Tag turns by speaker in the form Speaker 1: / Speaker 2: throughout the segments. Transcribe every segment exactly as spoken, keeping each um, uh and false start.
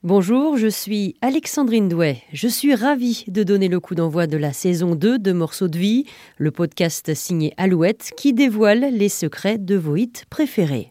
Speaker 1: Bonjour, je suis Alexandrine Douai. Je suis ravie de donner le coup d'envoi de la saison deux de Morceaux de vie, le podcast signé Alouette qui dévoile les secrets de vos hits préférés.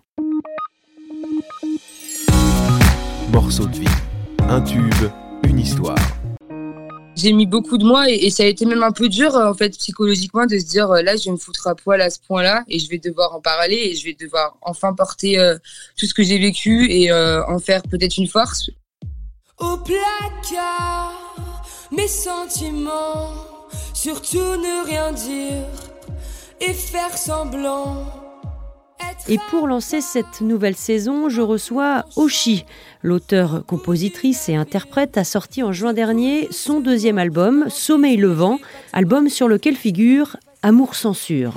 Speaker 2: Morceaux de vie, un tube, une histoire.
Speaker 3: J'ai mis beaucoup de moi et, et ça a été même un peu dur en fait psychologiquement de se dire euh, là je vais me foutre à poil à ce point-là et je vais devoir en parler et je vais devoir enfin porter euh, tout ce que j'ai vécu et euh, en faire peut-être une force.
Speaker 4: Au placard, mes sentiments, surtout ne rien dire et faire semblant.
Speaker 1: Et pour lancer cette nouvelle saison, je reçois Oshi. L'auteure, compositrice et interprète a sorti en juin dernier son deuxième album, Sommeil levant, album sur lequel figure Amour censure.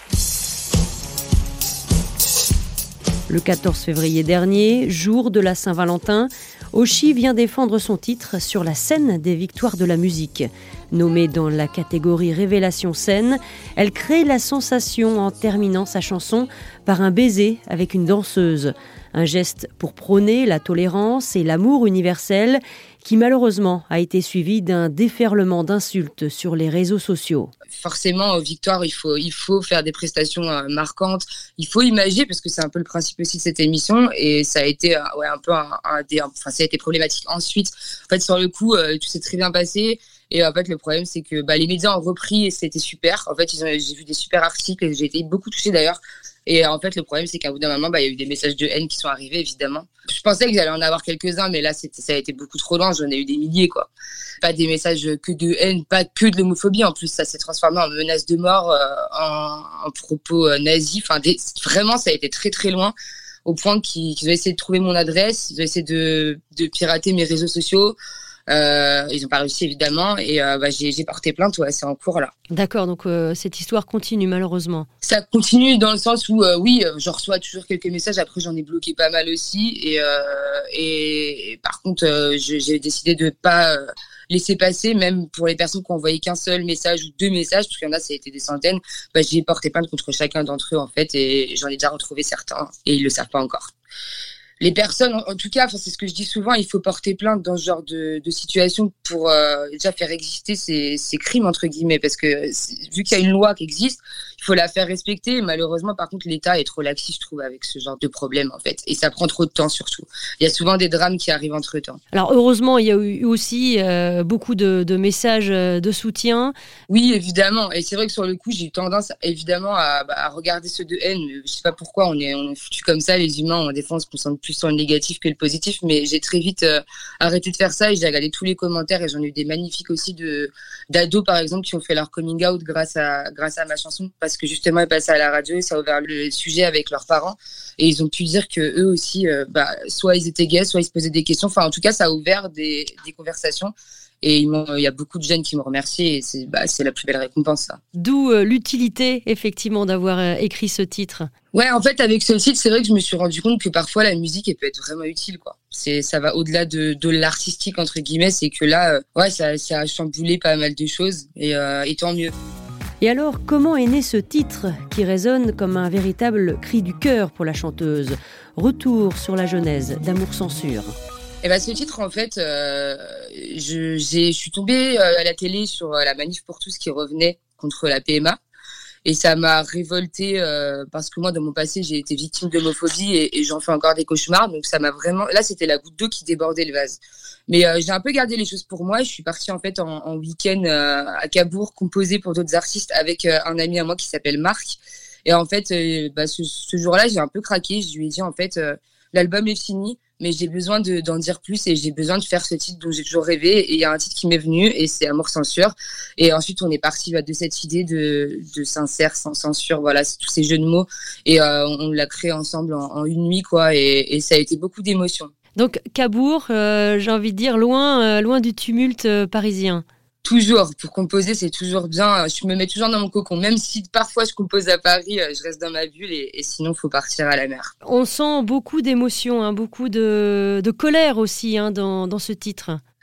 Speaker 1: Le quatorze février dernier, jour de la Saint-Valentin, Oshi vient défendre son titre sur la scène des victoires de la musique. Nommée dans la catégorie Révélation scène, elle crée la sensation en terminant sa chanson par un baiser avec une danseuse. Un geste pour prôner la tolérance et l'amour universel qui malheureusement a été suivi d'un déferlement d'insultes sur les réseaux sociaux.
Speaker 3: Forcément, aux victoires, il faut, il faut faire des prestations euh, marquantes. Il faut imager parce que c'est un peu le principe aussi de cette émission et ça a été euh, ouais, un peu un, un, un, enfin, ça a été problématique. Ensuite, en fait, sur le coup, euh, tout s'est très bien passé. Et en fait, le problème, c'est que bah, les médias ont repris et c'était super. En fait, ils ont, j'ai vu des super articles et j'ai été beaucoup touchée d'ailleurs. Et en fait, le problème, c'est qu'à bout d'un moment, bah, il y a eu des messages de haine qui sont arrivés, évidemment. Je pensais que j'allais en avoir quelques-uns, mais là, c'était, ça a été beaucoup trop loin. J'en ai eu des milliers, quoi. Pas des messages que de haine, pas que de l'homophobie. En plus, ça s'est transformé en menace de mort, euh, en, en propos euh, nazis. Enfin, des, vraiment, ça a été très, très loin. Au point qu'ils, qu'ils ont essayé de trouver mon adresse. Ils ont essayé de, de pirater mes réseaux sociaux. Euh, ils n'ont pas réussi évidemment et euh, bah, j'ai, j'ai porté plainte, ouais, c'est en cours là.
Speaker 1: D'accord, donc euh, cette histoire continue malheureusement.
Speaker 3: Ça continue dans le sens où euh, oui, je reçois toujours quelques messages, après j'en ai bloqué pas mal aussi et, euh, et, et par contre euh, je, j'ai décidé de pas euh, laisser passer, même pour les personnes qui ont envoyé qu'un seul message ou deux messages, parce qu'il y en a ça a été des centaines, bah, j'ai porté plainte contre chacun d'entre eux en fait et j'en ai déjà retrouvé certains et ils le savent pas encore. Les personnes, en tout cas, enfin, c'est ce que je dis souvent, il faut porter plainte dans ce genre de, de situation pour euh, déjà faire exister ces, ces crimes, entre guillemets, parce que vu qu'il y a une loi qui existe, il faut la faire respecter. Malheureusement, par contre, l'État est trop laxiste, je trouve, avec ce genre de problème, en fait. Et ça prend trop de temps, surtout. Il y a souvent des drames qui arrivent entre-temps.
Speaker 1: Alors, heureusement, il y a eu aussi euh, beaucoup de, de messages de soutien.
Speaker 3: Oui, évidemment. Et c'est vrai que sur le coup, j'ai eu tendance, évidemment, à, à regarder ceux de haine. Je sais pas pourquoi, on est, on est foutus comme ça, les humains, en défense, on se concentre plus sur le négatif que le positif, mais j'ai très vite euh, arrêté de faire ça et j'ai regardé tous les commentaires et j'en ai eu des magnifiques aussi de, d'ados, par exemple, qui ont fait leur coming out grâce à, grâce à ma chanson, parce que justement, elle passait à la radio et ça a ouvert le sujet avec leurs parents et ils ont pu dire que eux aussi, euh, bah, soit ils étaient gays, soit ils se posaient des questions. Enfin, en tout cas, ça a ouvert des, des conversations. Et il y a beaucoup de jeunes qui m'ont remercié et c'est, bah, c'est la plus belle récompense, ça.
Speaker 1: D'où euh, l'utilité, effectivement, d'avoir euh, écrit ce titre.
Speaker 3: Ouais, en fait, avec ce titre, c'est vrai que je me suis rendu compte que parfois, la musique, elle peut être vraiment utile, quoi. C'est, ça va au-delà de, de l'artistique, entre guillemets. C'est que là, euh, ouais, ça, ça a chamboulé pas mal de choses et, euh, et tant mieux.
Speaker 1: Et alors, comment est né ce titre qui résonne comme un véritable cri du cœur pour la chanteuse ? Retour sur la genèse d'Amour censure.
Speaker 3: Et ben, ce titre, en fait, euh, je, j'ai, je suis tombée à la télé sur la manif pour tous qui revenait contre la P M A. Et ça m'a révoltée euh, parce que moi, dans mon passé, j'ai été victime d'homophobie et, et j'en fais encore des cauchemars. Donc ça m'a vraiment... Là, c'était la goutte d'eau qui débordait le vase. Mais euh, j'ai un peu gardé les choses pour moi. Je suis partie en fait en, en week-end euh, à Cabourg, composer pour d'autres artistes avec euh, un ami à moi qui s'appelle Marc. Et en fait, euh, bah, ce, ce jour-là, j'ai un peu craqué. Je lui ai dit, en fait, euh, l'album est fini. Mais j'ai besoin de, d'en dire plus et j'ai besoin de faire ce titre dont j'ai toujours rêvé. Et il y a un titre qui m'est venu et c'est Amour censure. Et ensuite, on est parti bah, de cette idée de, de sincère, sans censure. Voilà, c'est tous ces jeux de mots. Et euh, on l'a créé ensemble en, en une nuit, quoi. Et, et ça a été beaucoup d'émotions.
Speaker 1: Donc, Cabourg, euh, j'ai envie de dire loin, euh, loin du tumulte euh, parisien.
Speaker 3: Toujours, pour composer, c'est toujours bien. Je me mets toujours dans mon cocon. Même si parfois je compose à Paris, je reste dans ma bulle et, et sinon, il faut partir à la mer.
Speaker 1: On sent beaucoup d'émotions, hein, beaucoup de, de colère aussi hein, dans, dans ce titre.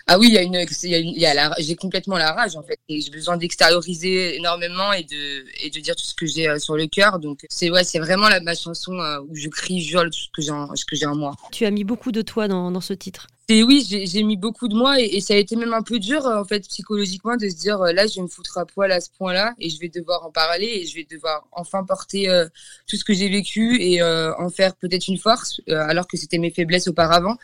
Speaker 3: Ah oui, il y a une, il y a une, il y a la, j'ai complètement la rage en fait. Et j'ai besoin d'extérioriser énormément et de, et de dire tout ce que j'ai euh, sur le cœur. Donc c'est ouais, c'est vraiment la, ma chanson euh, où je crie, je hurle tout ce que j'ai, en, ce que j'ai en moi.
Speaker 1: Tu as mis beaucoup de toi dans, dans ce titre.
Speaker 3: Et oui, j'ai, j'ai mis beaucoup de moi et, et ça a été même un peu dur en fait psychologiquement de se dire euh, là je vais me foutre à poil à ce point-là et je vais devoir en parler et je vais devoir enfin porter euh, tout ce que j'ai vécu et euh, en faire peut-être une force euh, alors que c'était mes faiblesses auparavant.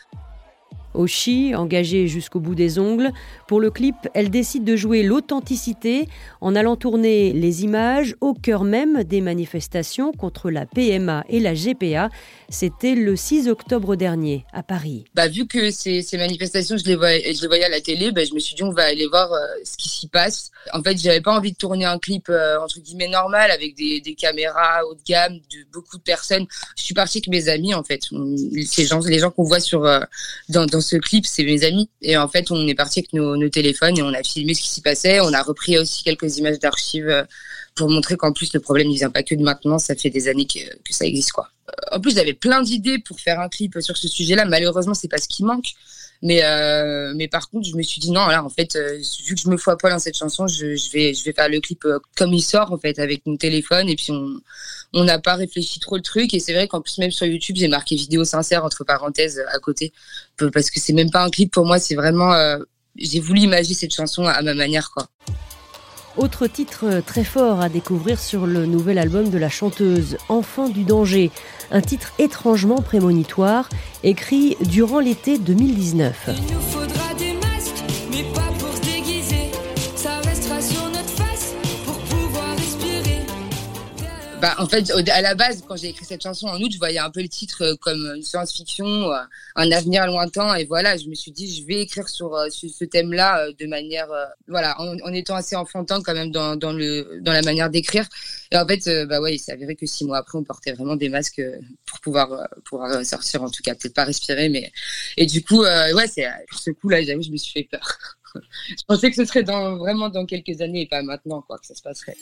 Speaker 1: Oshi, engagée jusqu'au bout des ongles, pour le clip, elle décide de jouer l'authenticité en allant tourner les images au cœur même des manifestations contre la P M A et la G P A. C'était le six octobre dernier, à Paris.
Speaker 3: Bah, vu que ces, ces manifestations, je les, voyais, je les voyais à la télé, bah, je me suis dit on va aller voir euh, ce qui s'y passe. En fait, j'avais pas envie de tourner un clip euh, entre guillemets normal avec des, des caméras haut de gamme de beaucoup de personnes. Je suis partie avec mes amis en fait. Ces gens, les gens qu'on voit sur euh, dans, dans ce clip, c'est mes amis. Et en fait, on est parti avec nos, nos téléphones et on a filmé ce qui s'y passait. On a repris aussi quelques images d'archives pour montrer qu'en plus, le problème ne vient pas que de maintenant. Ça fait des années que, que ça existe, quoi. En plus, j'avais plein d'idées pour faire un clip sur ce sujet-là. Malheureusement, c'est pas ce qui manque. Mais, euh, mais par contre, je me suis dit non, là, en fait, euh, vu que je me fous à poil dans cette chanson, je, je, vais, je vais faire le clip euh, comme il sort, en fait, avec mon téléphone. Et puis, on on n'a pas réfléchi trop le truc. Et c'est vrai qu'en plus, même sur YouTube, j'ai marqué vidéo sincère entre parenthèses à côté. Parce que c'est même pas un clip pour moi, c'est vraiment... Euh, j'ai voulu imaginer cette chanson à ma manière, quoi.
Speaker 1: Autre titre très fort à découvrir sur le nouvel album de la chanteuse, Enfant du danger. Un titre étrangement prémonitoire, écrit durant l'été deux mille dix-neuf.
Speaker 4: Il nous faudra des masques, mais pas pour se déguiser. Ça restera sur notre face pour pouvoir respirer.
Speaker 3: Bah, en fait, à la base, quand j'ai écrit cette chanson en août, je voyais un peu le titre comme une science-fiction, un avenir lointain. Et voilà, je me suis dit, je vais écrire sur, sur ce thème-là de manière, voilà, en, en étant assez enfantin quand même dans, dans, le, dans la manière d'écrire. Et en fait, bah ouais, il s'est avéré que six mois après, on portait vraiment des masques pour pouvoir, pouvoir sortir, en tout cas, peut-être pas respirer, mais, et du coup, euh, ouais, c'est, pour ce coup-là, j'avoue, je me suis fait peur. Je pensais que ce serait dans, vraiment dans quelques années et pas maintenant, quoi, que ça se passerait.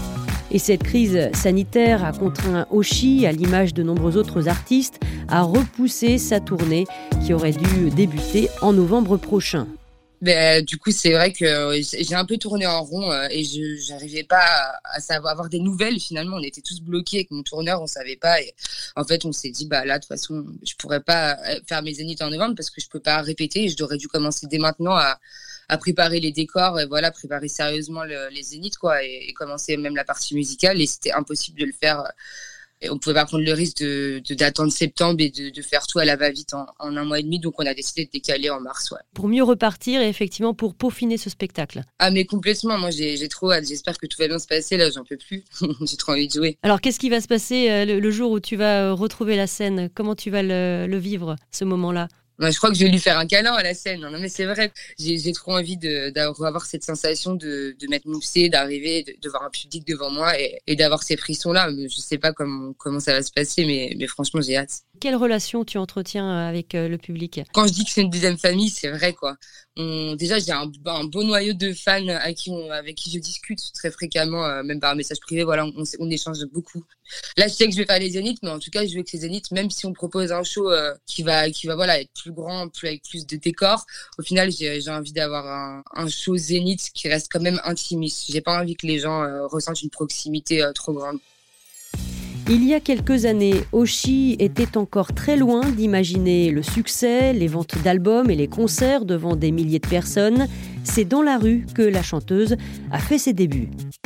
Speaker 1: Et cette crise sanitaire a contraint Oshi, à l'image de nombreux autres artistes, à repousser sa tournée qui aurait dû débuter en novembre prochain.
Speaker 3: Ben, du coup, c'est vrai que j'ai un peu tourné en rond euh, et je n'arrivais pas à, à savoir avoir des nouvelles. Finalement, on était tous bloqués avec mon tourneur, on savait pas. Et en fait, on s'est dit, bah là, de toute façon, je pourrais pas faire mes zéniths en novembre parce que je peux pas répéter. Et je devrais dû commencer dès maintenant à, à préparer les décors et voilà, préparer sérieusement le, les zéniths, quoi, et, et commencer même la partie musicale. Et c'était impossible de le faire. Et on pouvait pas prendre le risque de, de d'attendre septembre et de, de faire tout à la va-vite en, en un mois et demi. Donc, on a décidé de décaler en mars, ouais.
Speaker 1: Pour mieux repartir et effectivement pour peaufiner ce spectacle.
Speaker 3: Ah, mais complètement. Moi, j'ai, j'ai trop hâte. J'espère que tout va bien se passer. Là, j'en peux plus. J'ai trop envie de jouer.
Speaker 1: Alors, qu'est-ce qui va se passer euh, le, le jour où tu vas retrouver la scène ? Comment tu vas le, le vivre, ce moment-là ?
Speaker 3: Ouais, je crois que je vais lui faire un câlin à la scène. Non, mais c'est vrai. J'ai, j'ai trop envie de, d'avoir cette sensation de, de m'être moussée, d'arriver, de, de voir un public devant moi et, et d'avoir ces frissons-là. Je sais pas comment, comment ça va se passer, mais, mais franchement, j'ai hâte.
Speaker 1: Quelle relation tu entretiens avec le public ?
Speaker 3: Quand je dis que c'est une deuxième famille, c'est vrai, quoi. On, déjà, j'ai un, un beau noyau de fans à qui on, avec qui je discute très fréquemment, euh, même par message privé. Voilà, on, on échange beaucoup. Là, je sais que je vais faire les zéniths, mais en tout cas, je veux que les zéniths, même si on propose un show euh, qui va, qui va, voilà, être plus grand, plus avec plus de décors, au final, j'ai, j'ai envie d'avoir un, un show zénith qui reste quand même intimiste. J'ai pas envie que les gens euh, ressentent une proximité euh, trop grande.
Speaker 1: Il y a quelques années, Oshi était encore très loin d'imaginer le succès, les ventes d'albums et les concerts devant des milliers de personnes. C'est dans la rue que la chanteuse a fait ses débuts.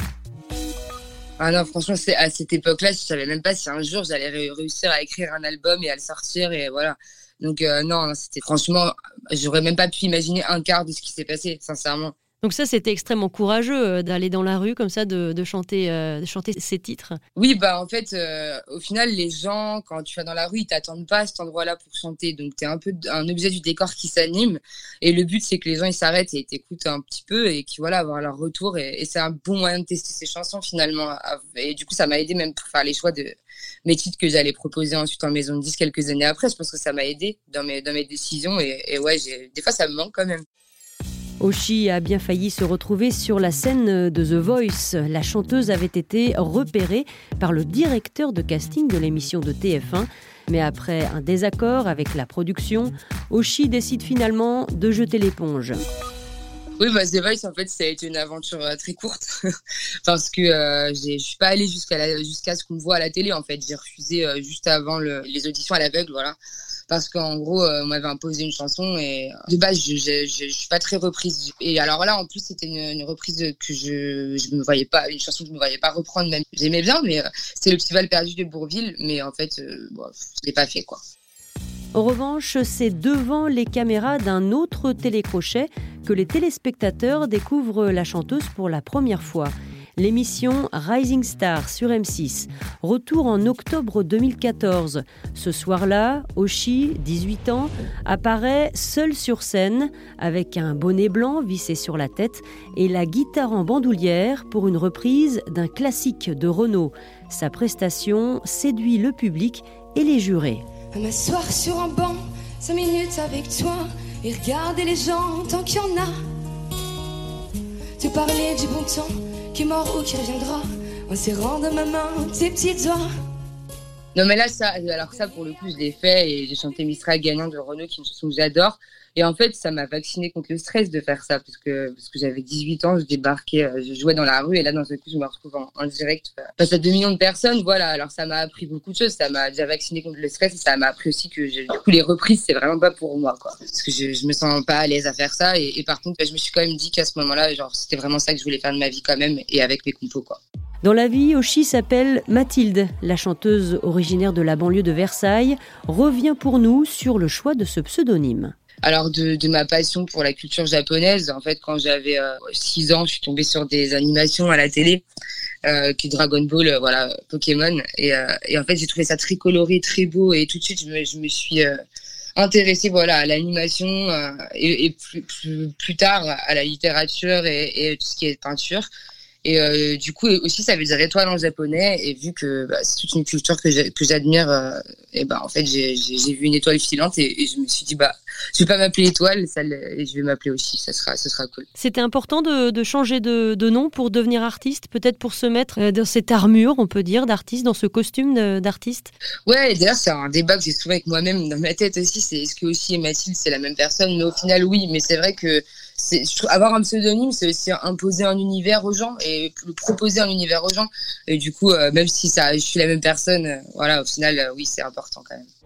Speaker 3: Ah non, franchement, c'est à cette époque-là, je savais même pas si un jour j'allais ré- réussir à écrire un album et à le sortir et voilà. Donc euh, non, c'était franchement, j'aurais même pas pu imaginer un quart de ce qui s'est passé, sincèrement.
Speaker 1: Donc ça, c'était extrêmement courageux d'aller dans la rue comme ça, de, de, chanter, euh, de chanter ces titres.
Speaker 3: Oui, bah en fait, euh, au final, les gens, quand tu vas dans la rue, ils t'attendent pas à cet endroit-là pour chanter. Donc t'es un peu un objet du décor qui s'anime. Et le but, c'est que les gens, ils s'arrêtent et t'écoutent un petit peu et qu'ils voilà, avoir leur retour. Et, et c'est un bon moyen de tester ces chansons finalement. Et du coup, ça m'a aidé même pour faire les choix de mes titres que j'allais proposer ensuite en maison de disques quelques années après. Je pense que ça m'a aidé dans mes, dans mes décisions. Et, et ouais, j'ai, des fois, ça me manque quand même.
Speaker 1: Oshi a bien failli se retrouver sur la scène de The Voice. La chanteuse avait été repérée par le directeur de casting de l'émission de T F un. Mais après un désaccord avec la production, Oshi décide finalement de jeter l'éponge.
Speaker 3: Oui, bah, The Voice, en fait, ça a été une aventure euh, très courte parce que euh, j'ai, je suis pas allée jusqu'à, la, jusqu'à ce qu'on me voit à la télé, en fait. J'ai refusé euh, juste avant le, les auditions à l'aveugle, voilà. Parce qu'en gros, euh, on m'avait imposé une chanson et euh, de base, je, je, je, je suis pas très reprise. Et alors là, en plus, c'était une, une reprise que je, je me voyais pas, une chanson que je me voyais pas reprendre même. J'aimais bien, mais euh, c'est Le Petit Val perdu de Bourvil, mais en fait, euh, bon, je l'ai pas fait, quoi.
Speaker 1: En revanche, c'est devant les caméras d'un autre télécrochet que les téléspectateurs découvrent la chanteuse pour la première fois. L'émission Rising Star sur M six. Retour en octobre deux mille quatorze. Ce soir-là, Oshi, dix-huit ans, apparaît seule sur scène avec un bonnet blanc vissé sur la tête et la guitare en bandoulière pour une reprise d'un classique de Renaud. Sa prestation séduit le public et les jurés.
Speaker 4: À m'asseoir sur un banc, cinq minutes avec toi et regarder les gens tant qu'il y en a. Te parler du bon temps qui est mort ou qui reviendra en serrant de ma main tes petits doigts.
Speaker 3: Non mais là, ça, alors ça pour le coup je l'ai fait et j'ai chanté Mistral gagnant de Renaud qui est une chanson que j'adore. Et en fait ça m'a vacciné contre le stress de faire ça parce que, parce que j'avais dix-huit ans, je débarquais, je jouais dans la rue et là d'un seul coup je me retrouve en, en direct face à deux millions de personnes. Voilà, alors ça m'a appris beaucoup de choses, ça m'a déjà vacciné contre le stress et ça m'a appris aussi que je, du coup les reprises c'est vraiment pas pour moi quoi. Parce que je, je me sens pas à l'aise à faire ça et, et par contre je me suis quand même dit qu'à ce moment-là genre c'était vraiment ça que je voulais faire de ma vie quand même et avec mes compos quoi.
Speaker 1: Dans la vie, Oshi s'appelle Mathilde. La chanteuse originaire de la banlieue de Versailles revient pour nous sur le choix de ce pseudonyme.
Speaker 3: Alors de, de ma passion pour la culture japonaise, en fait quand j'avais euh, six ans, je suis tombée sur des animations à la télé, euh, qui Dragon Ball, euh, voilà, Pokémon, et, euh, et en fait j'ai trouvé ça très coloré, très beau, et tout de suite je me, je me suis euh, intéressée voilà à l'animation euh, et, et plus, plus plus tard à la littérature et, et tout ce qui est peinture. Et euh, du coup aussi ça veut dire étoile en japonais et vu que bah, c'est toute une culture que j'ai, que j'admire euh, et bah en fait j'ai, j'ai j'ai vu une étoile filante et, et je me suis dit bah je vais pas m'appeler étoile ça, et je vais m'appeler Oshi, ça sera ce sera cool.
Speaker 1: C'était important de, de changer de, de nom pour devenir artiste, peut-être pour se mettre dans cette armure on peut dire d'artiste, dans ce costume de, d'artiste.
Speaker 3: Ouais, et d'ailleurs c'est un débat que j'ai souvent avec moi-même dans ma tête aussi, c'est est-ce que Oshi et Mathilde c'est la même personne, mais au final oui, mais c'est vrai que c'est, je trouve, avoir un pseudonyme c'est aussi imposer un univers aux gens et proposer un univers aux gens et du coup euh, même si ça je suis la même personne euh, voilà au final euh, oui c'est important quand même.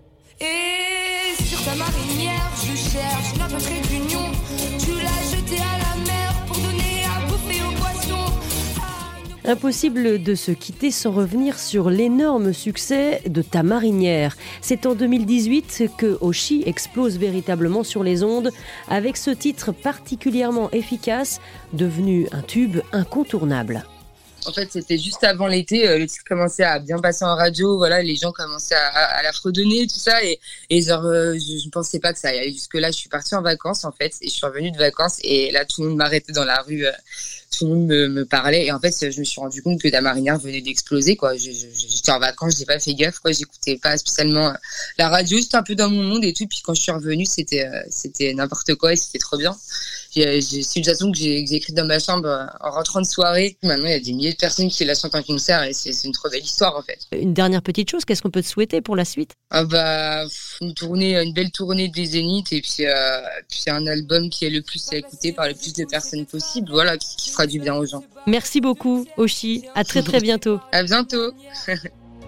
Speaker 4: Et sur ta marinière, je cherche notre trait d'union. Tu l'as jeté à la mer pour donner à bouffer aux poissons.
Speaker 1: Impossible de se quitter sans revenir sur l'énorme succès de Ta marinière. C'est en deux mille dix-huit que Oshi explose véritablement sur les ondes avec ce titre particulièrement efficace, devenu un tube incontournable.
Speaker 3: En fait, c'était juste avant l'été, euh, le titre commençait à bien passer en radio, voilà, les gens commençaient à, à, à la fredonner, tout ça, et, et genre, euh, je ne pensais pas que ça allait aller jusque-là. Je suis partie en vacances, en fait, et je suis revenue de vacances, et là, tout le monde m'arrêtait dans la rue, euh, tout le monde me, me parlait, et en fait, je me suis rendu compte que Ta marinière venait d'exploser, quoi. Je, je, j'étais en vacances, j'ai pas fait gaffe, quoi, j'écoutais pas spécialement la radio, j'étais un peu dans mon monde et tout, puis quand je suis revenue, c'était, euh, c'était n'importe quoi, et c'était trop bien. J'ai, j'ai, c'est une chanson que j'ai, que j'ai écrite dans ma chambre en rentrant de soirée. Maintenant, il y a des milliers de personnes qui la chantent en concert et c'est, c'est une trop belle histoire, en fait.
Speaker 1: Une dernière petite chose, qu'est-ce qu'on peut te souhaiter pour la suite ?
Speaker 3: Ah bah, une tournée, une belle tournée des Zéniths et puis, euh, puis un album qui est le plus écouté par le plus de personnes possible, voilà, qui, qui fera du bien aux gens.
Speaker 1: Merci beaucoup, Oshi. À très très bientôt.
Speaker 3: À bientôt.
Speaker 4: Est-ce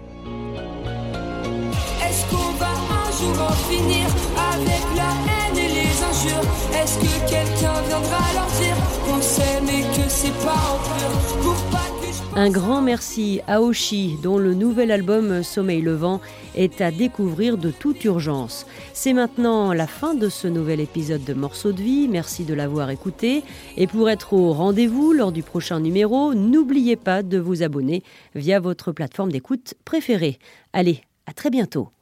Speaker 4: qu'on va un jour en finir avec la haine et les injures? Est-ce que quelqu'un viendra leur dire qu'on s'aime et que c'est pas en pleurs pour pas que je...
Speaker 1: Un grand merci à Oshi, dont le nouvel album Sommeil levant est à découvrir de toute urgence. C'est maintenant la fin de ce nouvel épisode de Morceaux de vie. Merci de l'avoir écouté. Et pour être au rendez-vous lors du prochain numéro, n'oubliez pas de vous abonner via votre plateforme d'écoute préférée. Allez, à très bientôt.